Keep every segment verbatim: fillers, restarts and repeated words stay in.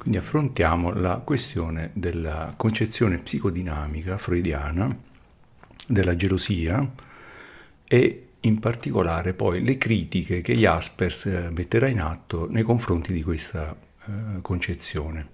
Quindi affrontiamo la questione della concezione psicodinamica freudiana della gelosia e in particolare poi le critiche che Jaspers metterà in atto nei confronti di questa eh, concezione.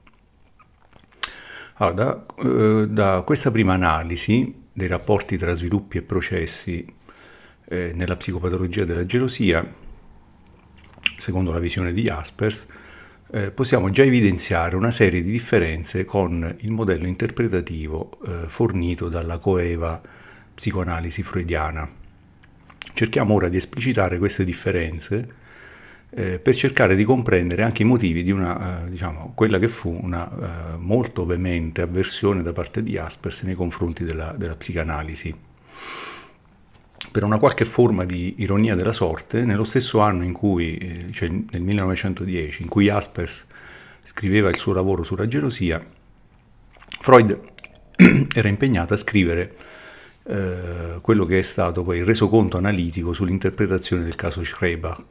Allora, da, eh, da questa prima analisi dei rapporti tra sviluppi e processi eh, nella psicopatologia della gelosia, secondo la visione di Jaspers, eh, possiamo già evidenziare una serie di differenze con il modello interpretativo eh, fornito dalla coeva psicoanalisi freudiana. Cerchiamo ora di esplicitare queste differenze eh, per cercare di comprendere anche i motivi di una, eh, diciamo, quella che fu una eh, molto veemente avversione da parte di Jaspers nei confronti della, della psicanalisi. Per una qualche forma di ironia della sorte, nello stesso anno in cui, eh, cioè nel millenovecentodieci, in cui Jaspers scriveva il suo lavoro sulla gelosia, Freud era impegnato a scrivere eh, quello che è stato poi il resoconto analitico sull'interpretazione del caso Schreber.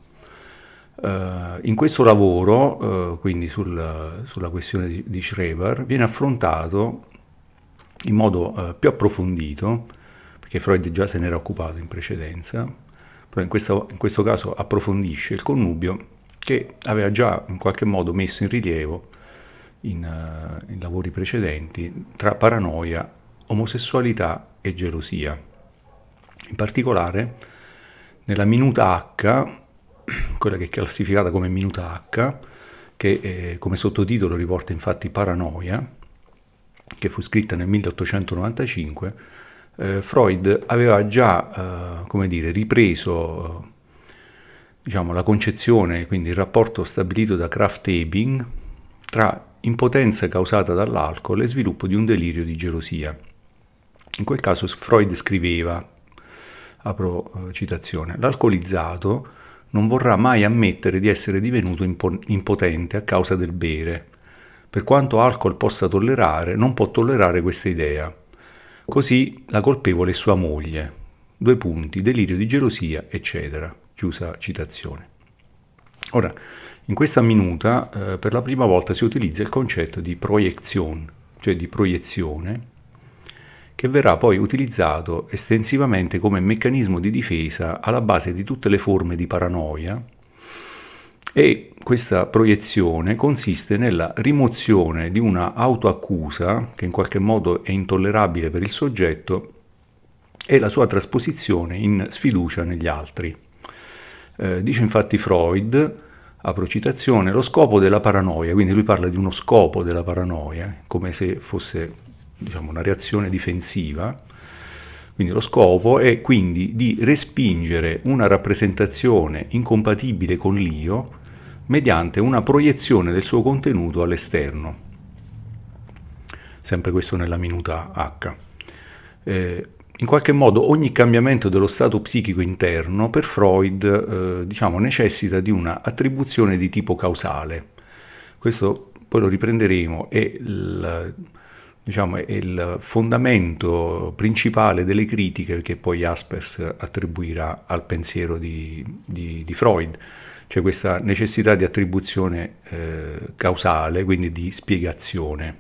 Uh, in questo lavoro, uh, quindi sul, sulla questione di, di Schreber, viene affrontato in modo uh, più approfondito, perché Freud già se n'era occupato in precedenza, però in, questa, in questo caso approfondisce il connubio che aveva già in qualche modo messo in rilievo in, uh, in lavori precedenti tra paranoia, omosessualità e gelosia. In particolare, nella minuta H, quella che è classificata come minuta H, che eh, come sottotitolo riporta infatti Paranoia, che fu scritta nel milleottocentonovantacinque, eh, Freud aveva già, eh, come dire, ripreso eh, diciamo, la concezione, quindi il rapporto stabilito da Krafft-Ebing tra impotenza causata dall'alcol e sviluppo di un delirio di gelosia. In quel caso Freud scriveva, apro eh, citazione, l'alcolizzato non vorrà mai ammettere di essere divenuto impotente a causa del bere. Per quanto alcol possa tollerare, non può tollerare questa idea. Così la colpevole è sua moglie. Due punti, delirio di gelosia, eccetera. Chiusa citazione. Ora, in questa minuta, eh, per la prima volta si utilizza il concetto di proiezione, cioè di proiezione, che verrà poi utilizzato estensivamente come meccanismo di difesa alla base di tutte le forme di paranoia, e questa proiezione consiste nella rimozione di una autoaccusa che in qualche modo è intollerabile per il soggetto e la sua trasposizione in sfiducia negli altri. Eh, dice infatti Freud, apro citazione, lo scopo della paranoia, quindi lui parla di uno scopo della paranoia, come se fosse diciamo una reazione difensiva, quindi lo scopo è quindi di respingere una rappresentazione incompatibile con l'io mediante una proiezione del suo contenuto all'esterno. Sempre questo nella minuta H. Eh, in qualche modo ogni cambiamento dello stato psichico interno per Freud eh, diciamo, necessita di una attribuzione di tipo causale. Questo poi lo riprenderemo e il diciamo, è il fondamento principale delle critiche che poi Jaspers attribuirà al pensiero di, di, di Freud, cioè questa necessità di attribuzione eh, causale, quindi di spiegazione.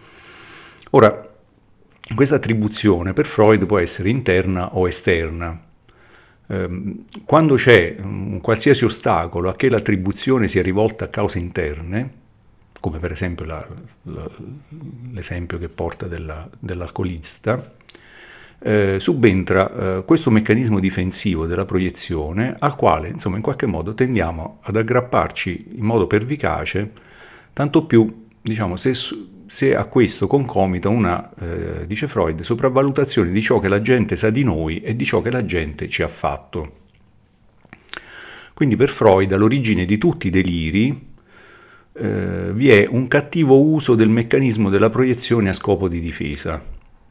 Ora, questa attribuzione per Freud può essere interna o esterna. Eh, quando c'è un qualsiasi ostacolo a che l'attribuzione sia rivolta a cause interne, come per esempio la, la, l'esempio che porta della, dell'alcolista, eh, subentra eh, questo meccanismo difensivo della proiezione al quale, insomma, in qualche modo tendiamo ad aggrapparci in modo pervicace, tanto più, diciamo, se, se a questo concomita una, eh, dice Freud, sopravvalutazione di ciò che la gente sa di noi e di ciò che la gente ci ha fatto. Quindi per Freud, all'origine di tutti i deliri, Uh, vi è un cattivo uso del meccanismo della proiezione a scopo di difesa.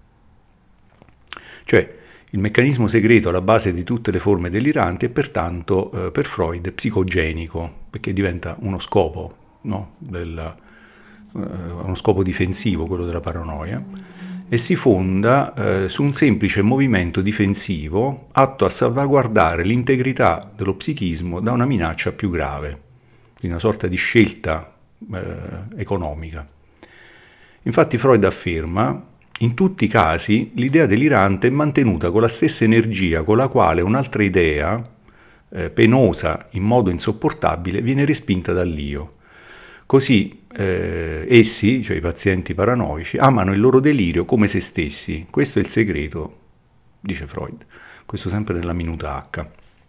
Cioè, il meccanismo segreto alla base di tutte le forme deliranti è pertanto uh, per Freud psicogenico, perché diventa uno scopo, no? Del, uh, uno scopo difensivo, quello della paranoia, e si fonda uh, su un semplice movimento difensivo atto a salvaguardare l'integrità dello psichismo da una minaccia più grave. Quindi una sorta di scelta eh, economica. Infatti Freud afferma: in tutti i casi l'idea delirante è mantenuta con la stessa energia con la quale un'altra idea, eh, penosa in modo insopportabile, viene respinta dall'io. Così eh, essi, cioè i pazienti paranoici, amano il loro delirio come se stessi. Questo è il segreto, dice Freud. Questo sempre nella minuta H.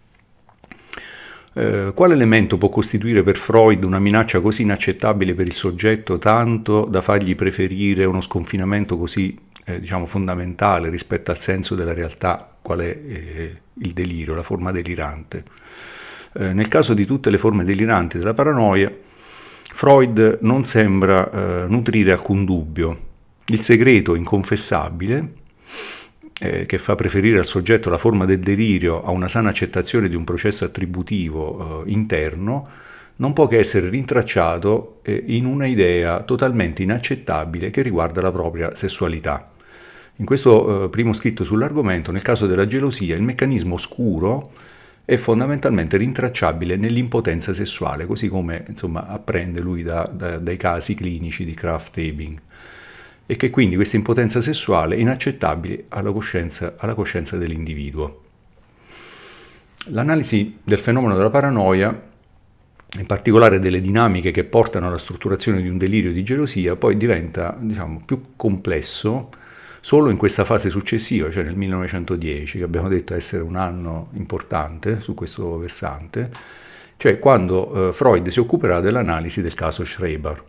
Eh, quale elemento può costituire per Freud una minaccia così inaccettabile per il soggetto, tanto da fargli preferire uno sconfinamento così, eh, diciamo, fondamentale rispetto al senso della realtà, qual è eh, il delirio, la forma delirante? Eh, nel caso di tutte le forme deliranti della paranoia, Freud non sembra eh, nutrire alcun dubbio. Il segreto inconfessabile, eh, che fa preferire al soggetto la forma del delirio a una sana accettazione di un processo attributivo eh, interno, non può che essere rintracciato eh, in una idea totalmente inaccettabile che riguarda la propria sessualità. In questo eh, primo scritto sull'argomento, nel caso della gelosia, il meccanismo oscuro è fondamentalmente rintracciabile nell'impotenza sessuale, così come insomma apprende lui da, da, dai casi clinici di Krafft-Ebing, e che quindi questa impotenza sessuale è inaccettabile alla coscienza, alla coscienza dell'individuo. L'analisi del fenomeno della paranoia, in particolare delle dinamiche che portano alla strutturazione di un delirio di gelosia, poi diventa, diciamo, più complesso solo in questa fase successiva, cioè nel millenovecentodieci, che abbiamo detto essere un anno importante su questo versante, cioè quando eh, Freud si occuperà dell'analisi del caso Schreber.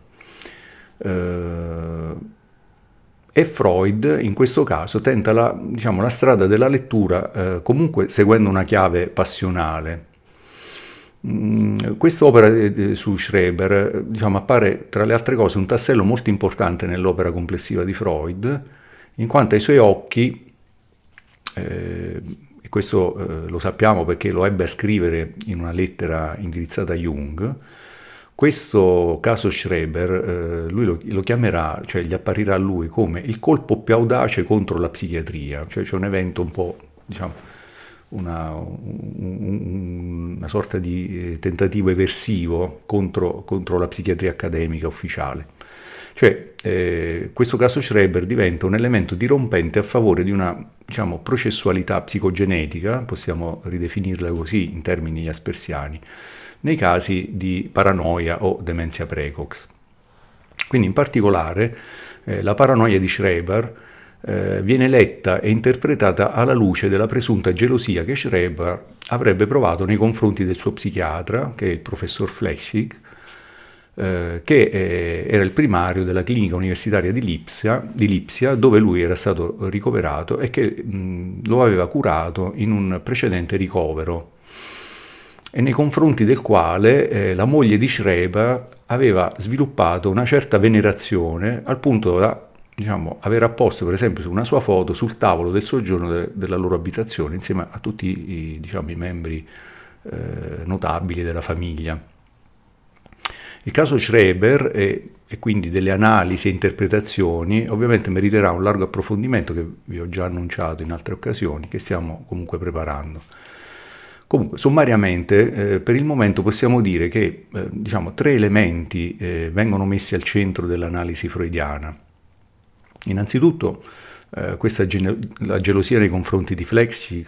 Eh, e Freud in questo caso tenta la, diciamo, la strada della lettura eh, comunque seguendo una chiave passionale. Mm, quest'opera eh, su Schreber, diciamo, appare tra le altre cose un tassello molto importante nell'opera complessiva di Freud, in quanto ai suoi occhi, eh, e questo eh, lo sappiamo perché lo ebbe a scrivere in una lettera indirizzata a Jung, questo caso Schreber, eh, lui lo, lo chiamerà, cioè gli apparirà a lui come il colpo più audace contro la psichiatria, cioè c'è un evento un po', diciamo, una, un, una sorta di tentativo eversivo contro, contro la psichiatria accademica ufficiale. Cioè, eh, questo caso Schreber diventa un elemento dirompente a favore di una, diciamo, processualità psicogenetica, possiamo ridefinirla così in termini aspersiani, nei casi di paranoia o demenza precox. Quindi in particolare eh, la paranoia di Schreber eh, viene letta e interpretata alla luce della presunta gelosia che Schreber avrebbe provato nei confronti del suo psichiatra, che è il professor Flechsig, eh, che eh, era il primario della clinica universitaria di Lipsia, di Lipsia, dove lui era stato ricoverato e che mh, lo aveva curato in un precedente ricovero, e nei confronti del quale eh, la moglie di Schreber aveva sviluppato una certa venerazione al punto da, diciamo, aver apposto per esempio una sua foto sul tavolo del soggiorno de- della loro abitazione insieme a tutti i, diciamo, i membri eh, notabili della famiglia. Il caso Schreber e, e quindi delle analisi e interpretazioni ovviamente meriterà un largo approfondimento che vi ho già annunciato in altre occasioni, che stiamo comunque preparando. Comunque, sommariamente, eh, per il momento possiamo dire che eh, diciamo, tre elementi eh, vengono messi al centro dell'analisi freudiana. Innanzitutto, eh, questa gene- la gelosia nei confronti di Flechsig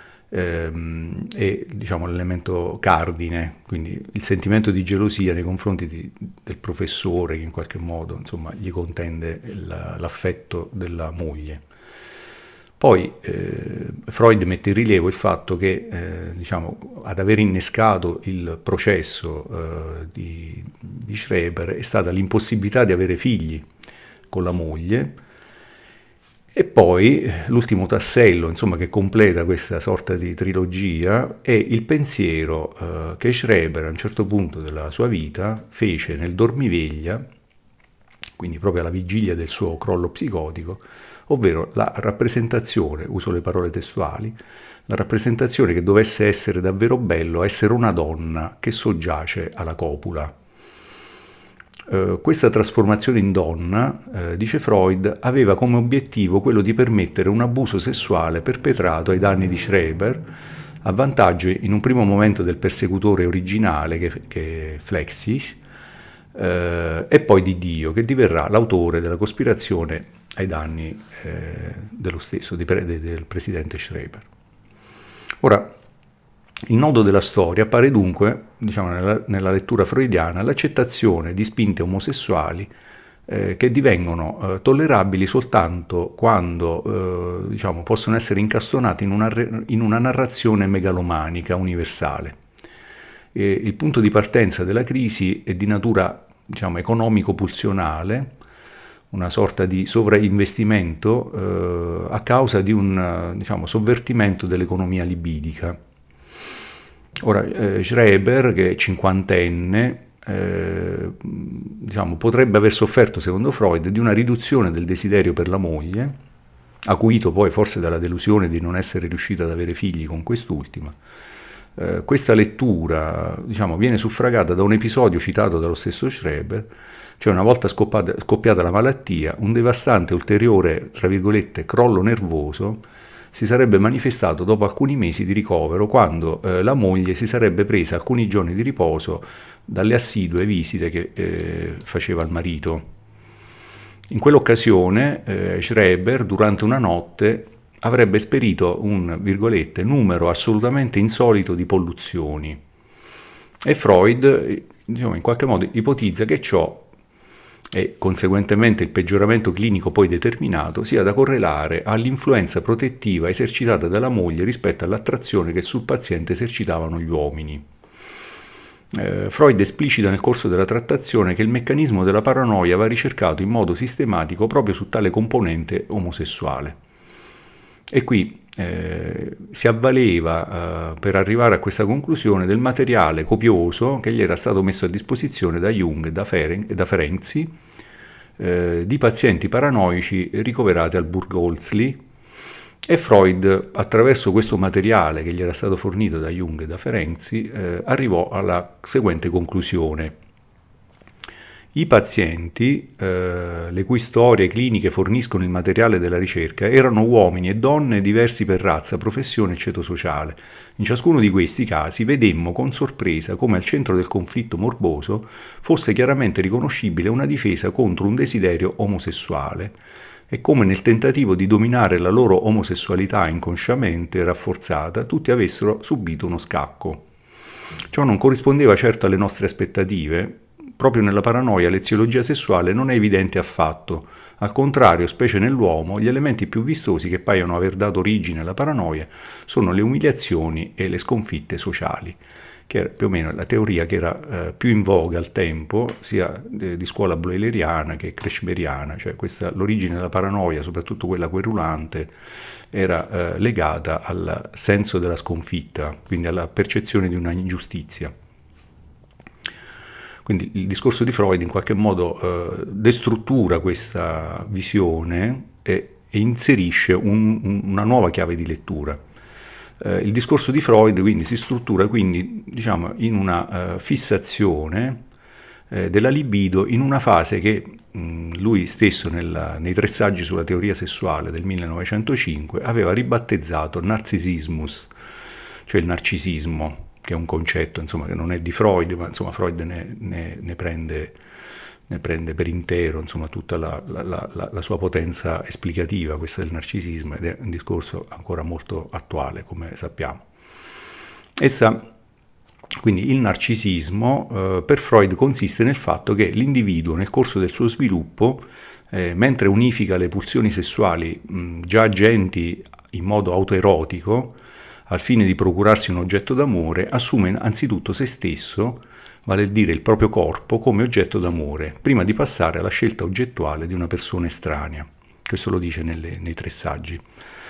ehm, è, diciamo, l'elemento cardine, quindi il sentimento di gelosia nei confronti di, del professore che in qualche modo, insomma, gli contende la, l'affetto della moglie. Poi eh, Freud mette in rilievo il fatto che eh, diciamo, ad aver innescato il processo eh, di, di Schreber è stata l'impossibilità di avere figli con la moglie, e poi l'ultimo tassello, insomma, che completa questa sorta di trilogia è il pensiero eh, che Schreber a un certo punto della sua vita fece nel dormiveglia, quindi proprio alla vigilia del suo crollo psicotico, ovvero la rappresentazione, uso le parole testuali, la rappresentazione che dovesse essere davvero bello essere una donna che soggiace alla copula. Eh, questa trasformazione in donna, eh, dice Freud, aveva come obiettivo quello di permettere un abuso sessuale perpetrato ai danni di Schreber, a vantaggio in un primo momento del persecutore originale che, che è Flechsig, eh, e poi di Dio, che diverrà l'autore della cospirazione ai danni eh, dello stesso, di, de, del presidente Schreber. Ora, il nodo della storia appare dunque, diciamo, nella, nella lettura freudiana, l'accettazione di spinte omosessuali eh, che divengono eh, tollerabili soltanto quando eh, diciamo, possono essere incastonati in una, in una narrazione megalomanica universale. E il punto di partenza della crisi è di natura, diciamo, economico-pulsionale, una sorta di sovrainvestimento eh, a causa di un, diciamo, sovvertimento dell'economia libidica. Ora, eh, Schreber, che è cinquantenne, eh, diciamo, potrebbe aver sofferto, secondo Freud, di una riduzione del desiderio per la moglie, acuito poi forse dalla delusione di non essere riuscito ad avere figli con quest'ultima. Eh, questa lettura, diciamo, viene suffragata da un episodio citato dallo stesso Schreber, cioè una volta scoppiata, scoppiata la malattia, un devastante ulteriore, tra virgolette, crollo nervoso si sarebbe manifestato dopo alcuni mesi di ricovero, quando eh, la moglie si sarebbe presa alcuni giorni di riposo dalle assidue visite che eh, faceva al marito. In quell'occasione eh, Schreber, durante una notte, avrebbe esperito un, virgolette, numero assolutamente insolito di polluzioni. E Freud, diciamo, in qualche modo ipotizza che ciò, e conseguentemente il peggioramento clinico poi determinato, sia da correlare all'influenza protettiva esercitata dalla moglie rispetto all'attrazione che sul paziente esercitavano gli uomini. Eh, Freud esplicita nel corso della trattazione che il meccanismo della paranoia va ricercato in modo sistematico proprio su tale componente omosessuale. E qui eh, si avvaleva eh, per arrivare a questa conclusione del materiale copioso che gli era stato messo a disposizione da Jung e da, Ferenc, da Ferenczi eh, di pazienti paranoici ricoverati al Burgholzli, e Freud, attraverso questo materiale che gli era stato fornito da Jung e da Ferenczi, eh, arrivò alla seguente conclusione. I pazienti, eh, le cui storie cliniche forniscono il materiale della ricerca, erano uomini e donne diversi per razza, professione e ceto sociale. In ciascuno di questi casi vedemmo con sorpresa come al centro del conflitto morboso fosse chiaramente riconoscibile una difesa contro un desiderio omosessuale, e come nel tentativo di dominare la loro omosessualità inconsciamente rafforzata tutti avessero subito uno scacco. Ciò non corrispondeva certo alle nostre aspettative. Proprio nella paranoia l'eziologia sessuale non è evidente affatto. Al contrario, specie nell'uomo, gli elementi più vistosi che paiono aver dato origine alla paranoia sono le umiliazioni e le sconfitte sociali, che era più o meno la teoria che era eh, più in voga al tempo, sia de, di scuola bloileriana che kretschmeriana, cioè questa, l'origine della paranoia, soprattutto quella querulante, era eh, legata al senso della sconfitta, quindi alla percezione di una ingiustizia. Quindi il discorso di Freud in qualche modo eh, destruttura questa visione e, e inserisce un, un, una nuova chiave di lettura. Eh, il discorso di Freud quindi si struttura quindi, diciamo, in una uh, fissazione eh, della libido in una fase che mh, lui stesso nella, nei tre saggi sulla teoria sessuale del millenovecentocinque aveva ribattezzato narcisismus, cioè il narcisismo, che è un concetto, insomma, che non è di Freud, ma insomma Freud ne, ne, ne, prende, ne prende per intero, insomma, tutta la, la, la, la sua potenza esplicativa, questa del narcisismo, ed è un discorso ancora molto attuale, come sappiamo. Essa, quindi il narcisismo, eh, per Freud consiste nel fatto che l'individuo nel corso del suo sviluppo, eh, mentre unifica le pulsioni sessuali mh, già agenti in modo autoerotico, al fine di procurarsi un oggetto d'amore, assume anzitutto se stesso, vale a dire il proprio corpo, come oggetto d'amore, prima di passare alla scelta oggettuale di una persona estranea. Questo lo dice nelle, nei tre saggi,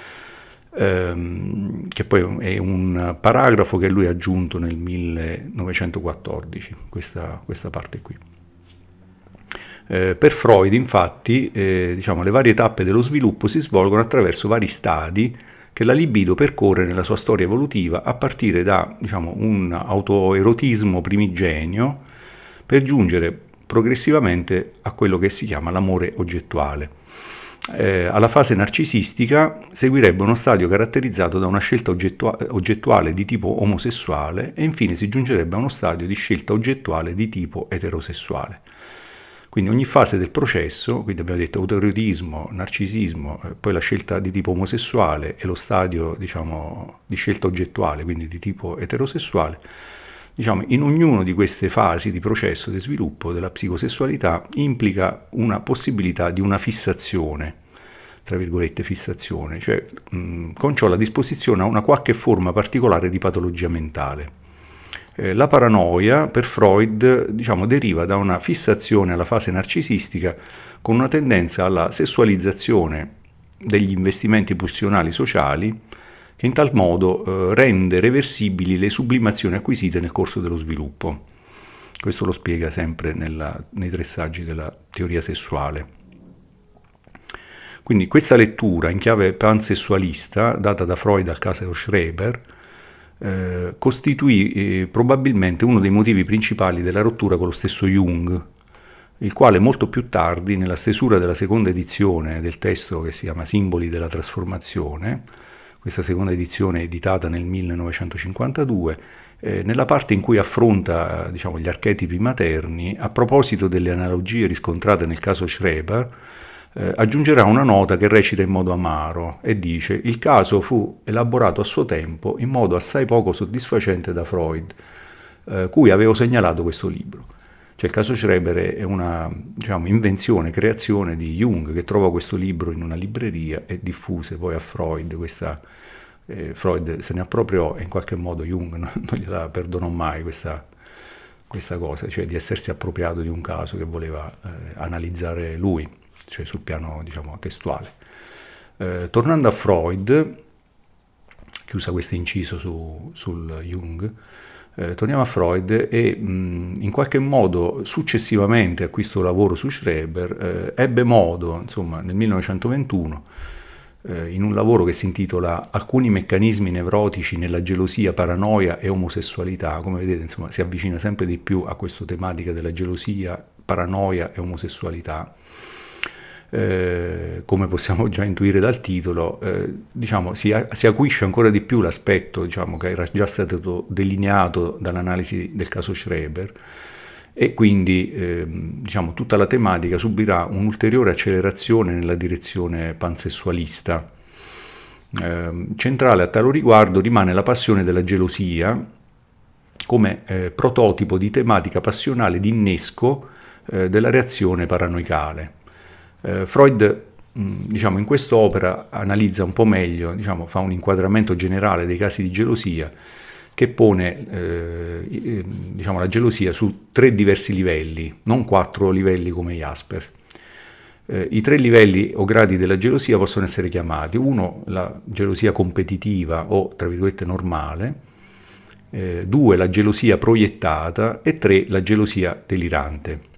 ehm, che poi è un paragrafo che lui ha aggiunto nel millenovecentoquattordici, questa, questa parte qui. Eh, per Freud, infatti, eh, diciamo, le varie tappe dello sviluppo si svolgono attraverso vari stadi che la libido percorre nella sua storia evolutiva, a partire da, diciamo, un autoerotismo primigenio per giungere progressivamente a quello che si chiama l'amore oggettuale. eh, alla fase narcisistica seguirebbe uno stadio caratterizzato da una scelta oggettua- oggettuale di tipo omosessuale e infine si giungerebbe a uno stadio di scelta oggettuale di tipo eterosessuale. Quindi ogni fase del processo, quindi abbiamo detto autoerotismo, narcisismo, eh, poi la scelta di tipo omosessuale e lo stadio, diciamo, di scelta oggettuale, quindi di tipo eterosessuale, diciamo, in ognuno di queste fasi di processo di sviluppo della psicosessualità implica una possibilità di una fissazione, tra virgolette fissazione, cioè mh, con ciò la disposizione a una qualche forma particolare di patologia mentale. Eh, la paranoia per Freud, diciamo, deriva da una fissazione alla fase narcisistica con una tendenza alla sessualizzazione degli investimenti pulsionali sociali che in tal modo eh, rende reversibili le sublimazioni acquisite nel corso dello sviluppo. Questo lo spiega sempre nella, nei tre saggi della teoria sessuale. Quindi questa lettura in chiave pansessualista, data da Freud al caso Schreber, eh, costituì eh, probabilmente uno dei motivi principali della rottura con lo stesso Jung, il quale molto più tardi, nella stesura della seconda edizione del testo che si chiama Simboli della trasformazione, questa seconda edizione editata nel millenovecentocinquantadue, eh, nella parte in cui affronta, diciamo, gli archetipi materni, a proposito delle analogie riscontrate nel caso Schreber, eh, aggiungerà una nota che recita in modo amaro e dice: il caso fu elaborato a suo tempo in modo assai poco soddisfacente da Freud, eh, cui avevo segnalato questo libro. Cioè il caso Schreber è una, diciamo, invenzione, creazione di Jung, che trovò questo libro in una libreria e diffuse poi a Freud. Questa, eh, Freud se ne appropriò e in qualche modo Jung non, non gliela perdonò mai questa, questa cosa, cioè di essersi appropriato di un caso che voleva eh, analizzare lui, cioè sul piano, diciamo, testuale. Eh, tornando a Freud, chiusa questo inciso su, sul Jung, Eh, torniamo a Freud e mh, in qualche modo successivamente a questo lavoro su Schreber eh, ebbe modo, insomma, nel millenovecentoventuno, eh, in un lavoro che si intitola Alcuni meccanismi nevrotici nella gelosia, paranoia e omosessualità. Come vedete, insomma, si avvicina sempre di più a questa tematica della gelosia, paranoia e omosessualità. Eh, come possiamo già intuire dal titolo, eh, diciamo, si, si acuisce ancora di più l'aspetto, diciamo, che era già stato delineato dall'analisi del caso Schreber, e quindi eh, diciamo, tutta la tematica subirà un'ulteriore accelerazione nella direzione pansessualista. Eh, centrale a tale riguardo rimane la passione della gelosia come eh, prototipo di tematica passionale di innesco eh, della reazione paranoicale. Uh, Freud, mh, diciamo, in quest'opera analizza un po' meglio, diciamo, fa un inquadramento generale dei casi di gelosia che pone eh, diciamo, la gelosia su tre diversi livelli, non quattro livelli come Jaspers. Eh, I tre livelli o gradi della gelosia possono essere chiamati: uno, la gelosia competitiva o, tra virgolette, normale; eh, due, la gelosia proiettata; e tre, la gelosia delirante.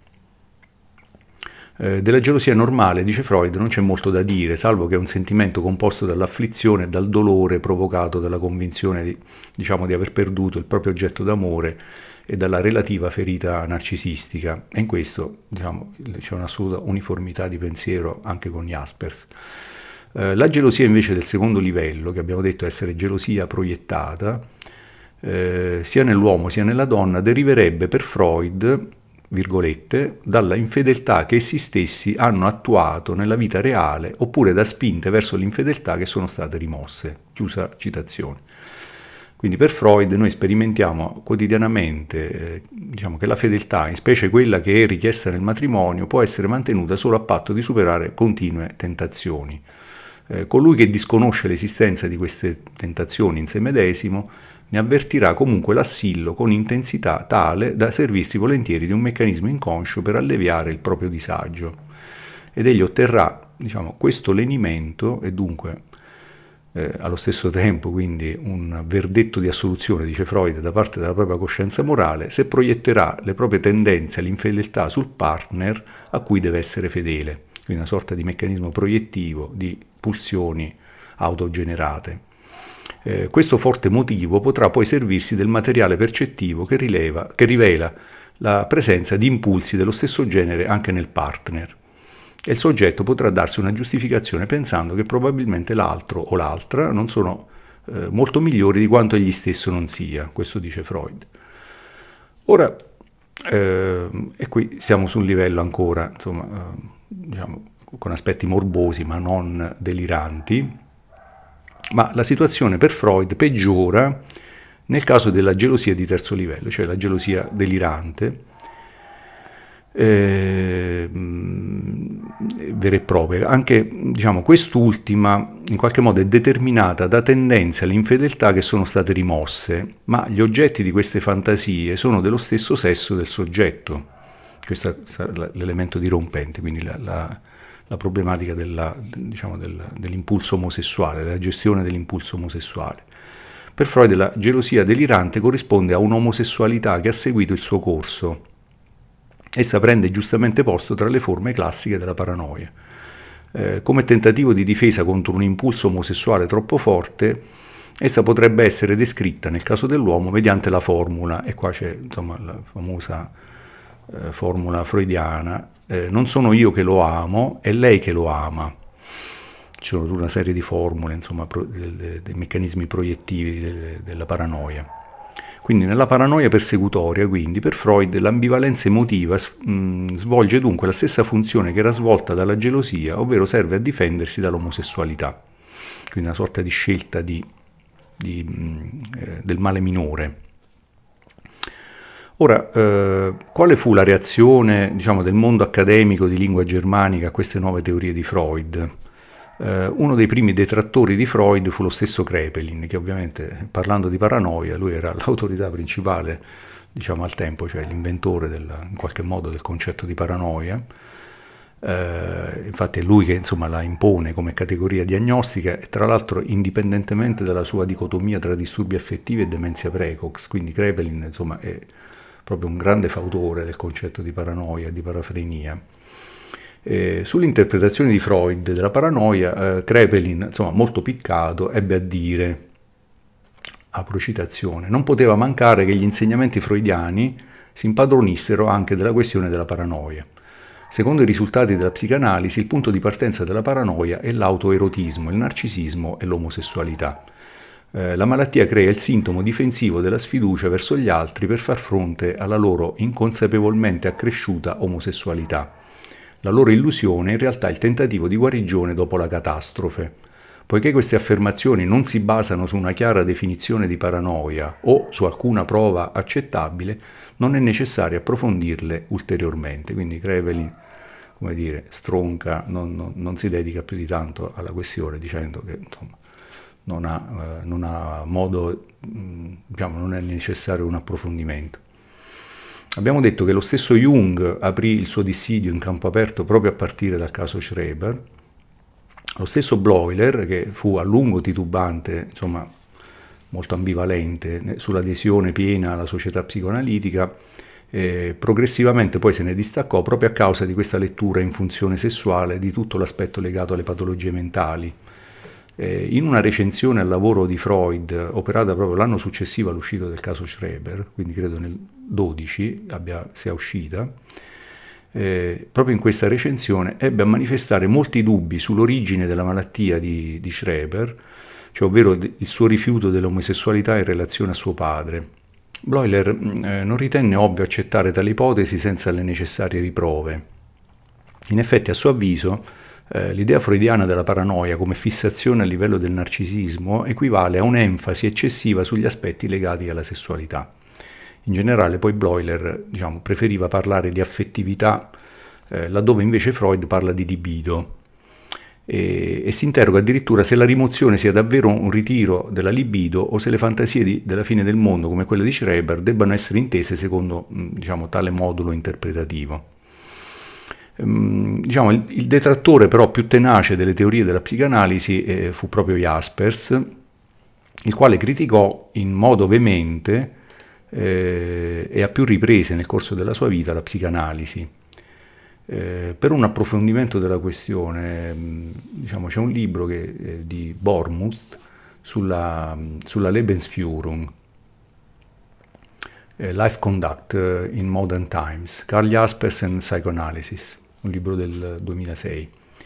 Della gelosia normale, dice Freud, non c'è molto da dire, salvo che è un sentimento composto dall'afflizione e dal dolore provocato dalla convinzione di, diciamo, di aver perduto il proprio oggetto d'amore e dalla relativa ferita narcisistica. E in questo, diciamo, c'è un'assoluta uniformità di pensiero anche con Jaspers. Eh, la gelosia invece del secondo livello, che abbiamo detto essere gelosia proiettata, eh, sia nell'uomo sia nella donna, deriverebbe per Freud, virgolette, dalla infedeltà che essi stessi hanno attuato nella vita reale oppure da spinte verso l'infedeltà che sono state rimosse. Chiusa citazione. Quindi per Freud noi sperimentiamo quotidianamente eh, diciamo che la fedeltà, in specie quella che è richiesta nel matrimonio, può essere mantenuta solo a patto di superare continue tentazioni. Eh, colui che disconosce l'esistenza di queste tentazioni in sé medesimo ne avvertirà comunque l'assillo con intensità tale da servirsi volentieri di un meccanismo inconscio per alleviare il proprio disagio. Ed egli otterrà, diciamo, questo lenimento e dunque eh, allo stesso tempo quindi un verdetto di assoluzione, dice Freud, da parte della propria coscienza morale, se proietterà le proprie tendenze all'infedeltà sul partner a cui deve essere fedele. Quindi una sorta di meccanismo proiettivo di pulsioni autogenerate. Eh, questo forte motivo potrà poi servirsi del materiale percettivo che, rileva, che rivela la presenza di impulsi dello stesso genere anche nel partner. e il soggetto potrà darsi una giustificazione pensando che probabilmente l'altro o l'altra non sono eh, molto migliori di quanto egli stesso non sia. Questo dice Freud. Ora, eh, e qui siamo su un livello ancora, insomma, eh, diciamo, con aspetti morbosi ma non deliranti, ma la situazione per Freud peggiora nel caso della gelosia di terzo livello, cioè la gelosia delirante, eh, vera e propria. Anche, diciamo, quest'ultima in qualche modo è determinata da tendenze all'infedeltà che sono state rimosse, ma gli oggetti di queste fantasie sono dello stesso sesso del soggetto. Questo è l'elemento dirompente, quindi la, la, la problematica della, diciamo, del, dell'impulso omosessuale, della gestione dell'impulso omosessuale. Per Freud la gelosia delirante corrisponde a un'omosessualità che ha seguito il suo corso. Essa prende giustamente posto tra le forme classiche della paranoia. Eh, come tentativo di difesa contro un impulso omosessuale troppo forte, essa potrebbe essere descritta nel caso dell'uomo mediante la formula, e qua c'è, insomma, la famosa eh, formula freudiana, eh, non sono io che lo amo, è lei che lo ama. Ci sono tutta una serie di formule, insomma, pro, de, de, dei meccanismi proiettivi de, de, della paranoia. Quindi nella paranoia persecutoria, quindi, per Freud l'ambivalenza emotiva mh, svolge dunque la stessa funzione che era svolta dalla gelosia, ovvero serve a difendersi dall'omosessualità. Quindi una sorta di scelta di, di, mh, eh, del male minore. Ora, eh, quale fu la reazione, diciamo, del mondo accademico di lingua germanica a queste nuove teorie di Freud? Uh, uno dei primi detrattori di Freud fu lo stesso Kraepelin, che ovviamente, parlando di paranoia, lui era l'autorità principale, diciamo, al tempo, cioè l'inventore del, in qualche modo del concetto di paranoia. Uh, infatti è lui che, insomma, la impone come categoria diagnostica, e tra l'altro indipendentemente dalla sua dicotomia tra disturbi affettivi e demenza precox. Quindi Kraepelin, insomma, è proprio un grande fautore del concetto di paranoia, di parafrenia. Eh, sull'interpretazione di Freud della paranoia, eh, Kraepelin, insomma, molto piccato, ebbe a dire, apro citazione, non poteva mancare che gli insegnamenti freudiani si impadronissero anche della questione della paranoia. Secondo i risultati della psicanalisi, il punto di partenza della paranoia è l'autoerotismo, il narcisismo e l'omosessualità. Eh, la malattia crea il sintomo difensivo della sfiducia verso gli altri per far fronte alla loro inconsapevolmente accresciuta omosessualità. La loro illusione è in realtà il tentativo di guarigione dopo la catastrofe. Poiché queste affermazioni non si basano su una chiara definizione di paranoia o su alcuna prova accettabile, non è necessario approfondirle ulteriormente. Quindi Kraepelin, come dire, stronca, non, non, non si dedica più di tanto alla questione, dicendo che, insomma, non ha, eh, non ha modo, mh, diciamo, non è necessario un approfondimento. Abbiamo detto che lo stesso Jung aprì il suo dissidio in campo aperto proprio a partire dal caso Schreber. Lo stesso Bleuler, che fu a lungo titubante, insomma molto ambivalente sull'adesione piena alla società psicoanalitica, eh, progressivamente poi se ne distaccò proprio a causa di questa lettura in funzione sessuale di tutto l'aspetto legato alle patologie mentali. Eh, in una recensione al lavoro di Freud, operata proprio l'anno successivo all'uscita del caso Schreber, quindi credo nel dodici abbia, sia uscita, eh, proprio in questa recensione ebbe a manifestare molti dubbi sull'origine della malattia di, di Schreber, cioè ovvero il suo rifiuto dell'omosessualità in relazione a suo padre. Bleuler eh, non ritenne ovvio accettare tale ipotesi senza le necessarie riprove. In effetti, a suo avviso, Eh, l'idea freudiana della paranoia come fissazione a livello del narcisismo equivale a un'enfasi eccessiva sugli aspetti legati alla sessualità. In generale, poi Bleuler, diciamo, preferiva parlare di affettività, eh, laddove invece Freud parla di libido. E, e si interroga addirittura se la rimozione sia davvero un ritiro della libido o se le fantasie di, della fine del mondo, come quelle di Schreber, debbano essere intese secondo, diciamo, tale modulo interpretativo. Diciamo, il, il detrattore però più tenace delle teorie della psicanalisi eh, fu proprio Jaspers, il quale criticò in modo veemente eh, e a più riprese nel corso della sua vita la psicanalisi. Eh, per un approfondimento della questione, diciamo, c'è un libro che, eh, di Bormuth sulla, sulla Lebensführung, eh, Life Conduct in Modern Times, Karl Jaspers and Psychoanalysis. un libro del duemilasei.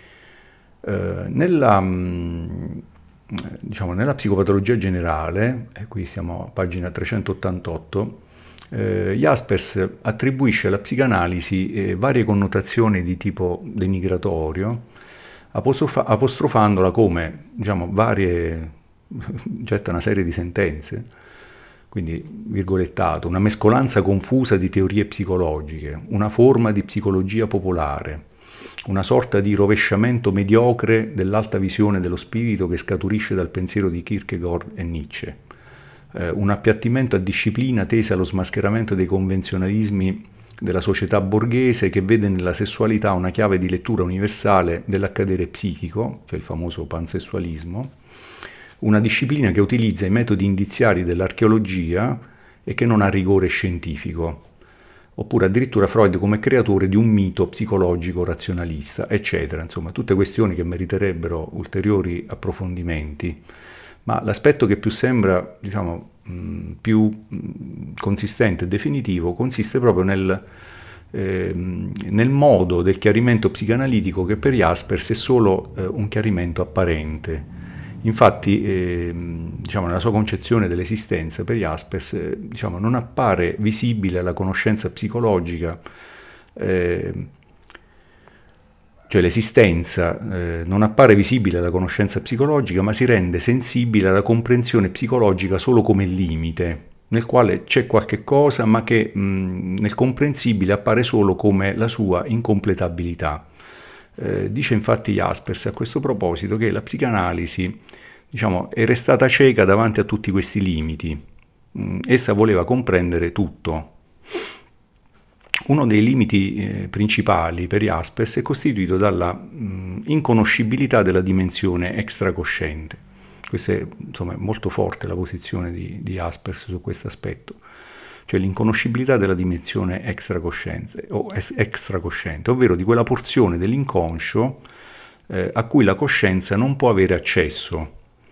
Eh, nella, mh, diciamo, nella psicopatologia generale, e qui siamo a pagina trecentottantotto, eh, Jaspers attribuisce alla psicanalisi eh, varie connotazioni di tipo denigratorio, apostrofa- apostrofandola come, diciamo, varie, getta una serie di sentenze, quindi virgolettato, una mescolanza confusa di teorie psicologiche, una forma di psicologia popolare, una sorta di rovesciamento mediocre dell'alta visione dello spirito che scaturisce dal pensiero di Kierkegaard e Nietzsche, eh, un appiattimento a disciplina tesa allo smascheramento dei convenzionalismi della società borghese che vede nella sessualità una chiave di lettura universale dell'accadere psichico, cioè il famoso pansessualismo, una disciplina che utilizza i metodi indiziari dell'archeologia e che non ha rigore scientifico, oppure addirittura Freud come creatore di un mito psicologico razionalista, eccetera. Insomma, tutte questioni che meriterebbero ulteriori approfondimenti, ma l'aspetto che più sembra, diciamo, mh, più mh, consistente e definitivo consiste proprio nel, eh, nel modo del chiarimento psicanalitico che per Jaspers è solo eh, un chiarimento apparente. Infatti, eh, diciamo, nella sua concezione dell'esistenza, per Jaspers, eh, diciamo, non appare visibile la conoscenza psicologica, eh, cioè l'esistenza eh, non appare visibile alla conoscenza psicologica, ma si rende sensibile alla comprensione psicologica solo come limite, nel quale c'è qualche cosa, ma che mh, nel comprensibile appare solo come la sua incompletabilità. Eh, dice infatti Jaspers a questo proposito che la psicanalisi, diciamo, è restata cieca davanti a tutti questi limiti. Mm, essa voleva comprendere tutto. Uno dei limiti eh, principali per Jaspers è costituito dalla mh, inconoscibilità della dimensione extracosciente. Questa è, insomma, molto forte la posizione di, di Jaspers su questo aspetto, cioè l'inconoscibilità della dimensione extracosciente, o extracosciente, ovvero di quella porzione dell'inconscio eh, a cui la coscienza non può avere accesso.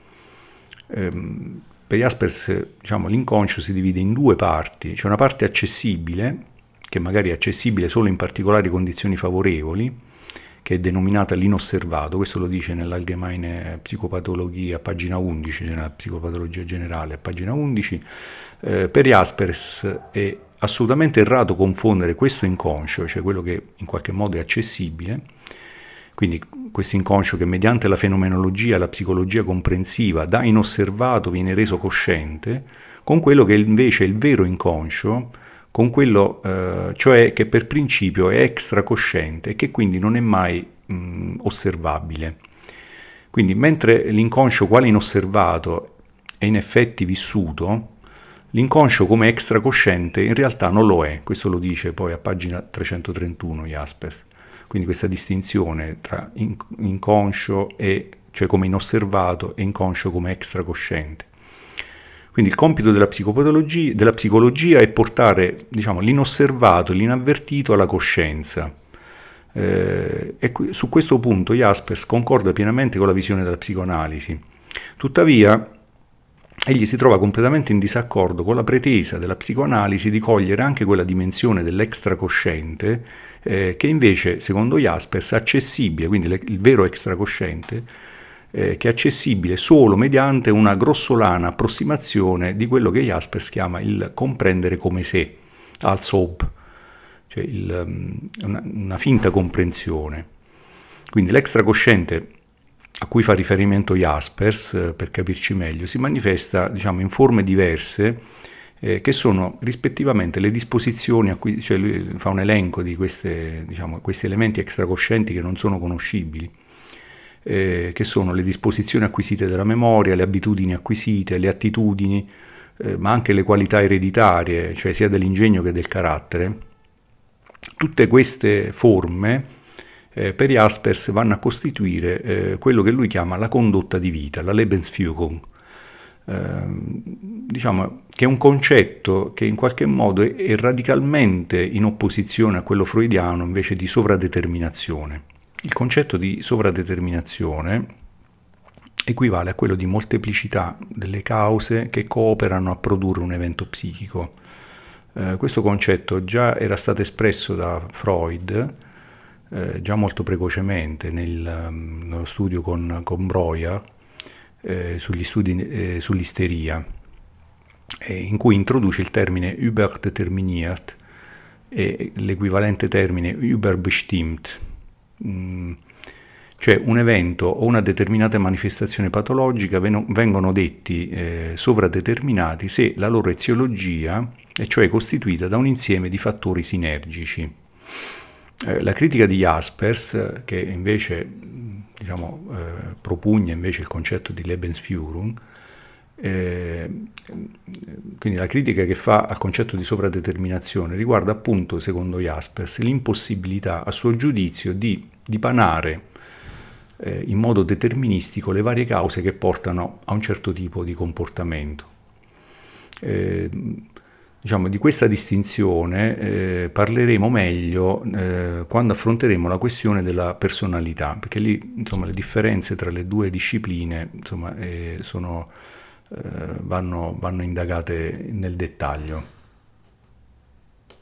Ehm, per Jaspers, diciamo, l'inconscio si divide in due parti, c'è una parte accessibile, che magari è accessibile solo in particolari condizioni favorevoli, che è denominata l'inosservato, questo lo dice nell'Allgemeine Psicopatologia, pagina undici, cioè nella Psicopatologia Generale, a pagina undici. Eh, per Jaspers è assolutamente errato confondere questo inconscio, cioè quello che in qualche modo è accessibile, quindi questo inconscio che mediante la fenomenologia e la psicologia comprensiva da inosservato viene reso cosciente, con quello che invece è il vero inconscio, con quello eh, cioè che per principio è extracosciente e che quindi non è mai mh, osservabile. Quindi mentre l'inconscio quale inosservato è in effetti vissuto, l'inconscio come extracosciente in realtà non lo è. Questo lo dice poi a pagina trecentotrentuno Jaspers. Quindi questa distinzione tra inconscio e, cioè come inosservato, e inconscio come extracosciente. Quindi il compito della psicopatologia, della psicologia è portare, diciamo, l'inosservato, l'inavvertito alla coscienza. Eh, e qui, su questo punto Jaspers concorda pienamente con la visione della psicoanalisi. Tuttavia, egli si trova completamente in disaccordo con la pretesa della psicoanalisi di cogliere anche quella dimensione dell'extracosciente eh, che invece, secondo Jaspers, è accessibile, quindi le, il vero extracosciente, Eh, che è accessibile solo mediante una grossolana approssimazione di quello che Jaspers chiama il comprendere come sé, Allsopp, cioè il, una, una finta comprensione. Quindi l'extracosciente a cui fa riferimento Jaspers, eh, per capirci meglio, si manifesta, diciamo, in forme diverse eh, che sono rispettivamente le disposizioni a cui, cioè lui fa un elenco di queste, diciamo, questi elementi extracoscienti che non sono conoscibili. Eh, che sono le disposizioni acquisite della memoria, le abitudini acquisite, le attitudini, eh, ma anche le qualità ereditarie, cioè sia dell'ingegno che del carattere. Tutte queste forme eh, per Jaspers vanno a costituire eh, quello che lui chiama la condotta di vita, la Lebensführung, eh, diciamo che è un concetto che in qualche modo è, è radicalmente in opposizione a quello freudiano invece di sovradeterminazione. Il concetto di sovradeterminazione equivale a quello di molteplicità delle cause che cooperano a produrre un evento psichico. Eh, questo concetto già era stato espresso da Freud eh, già molto precocemente nel, nello studio con, con Breuer eh, sugli studi eh, sull'isteria, eh, in cui introduce il termine überdeterminiert e l'equivalente termine überbestimmt, mm, cioè un evento o una determinata manifestazione patologica vengono detti eh, sovradeterminati se la loro eziologia è cioè costituita da un insieme di fattori sinergici. Eh, la critica di Jaspers, che invece diciamo, eh, propugna invece il concetto di Lebensführung, eh, quindi la critica che fa al concetto di sovradeterminazione riguarda appunto, secondo Jaspers, l'impossibilità a suo giudizio di dipanare eh, in modo deterministico le varie cause che portano a un certo tipo di comportamento. Eh, diciamo, di questa distinzione eh, parleremo meglio eh, quando affronteremo la questione della personalità, perché lì insomma, le differenze tra le due discipline insomma, eh, sono, eh, vanno, vanno indagate nel dettaglio.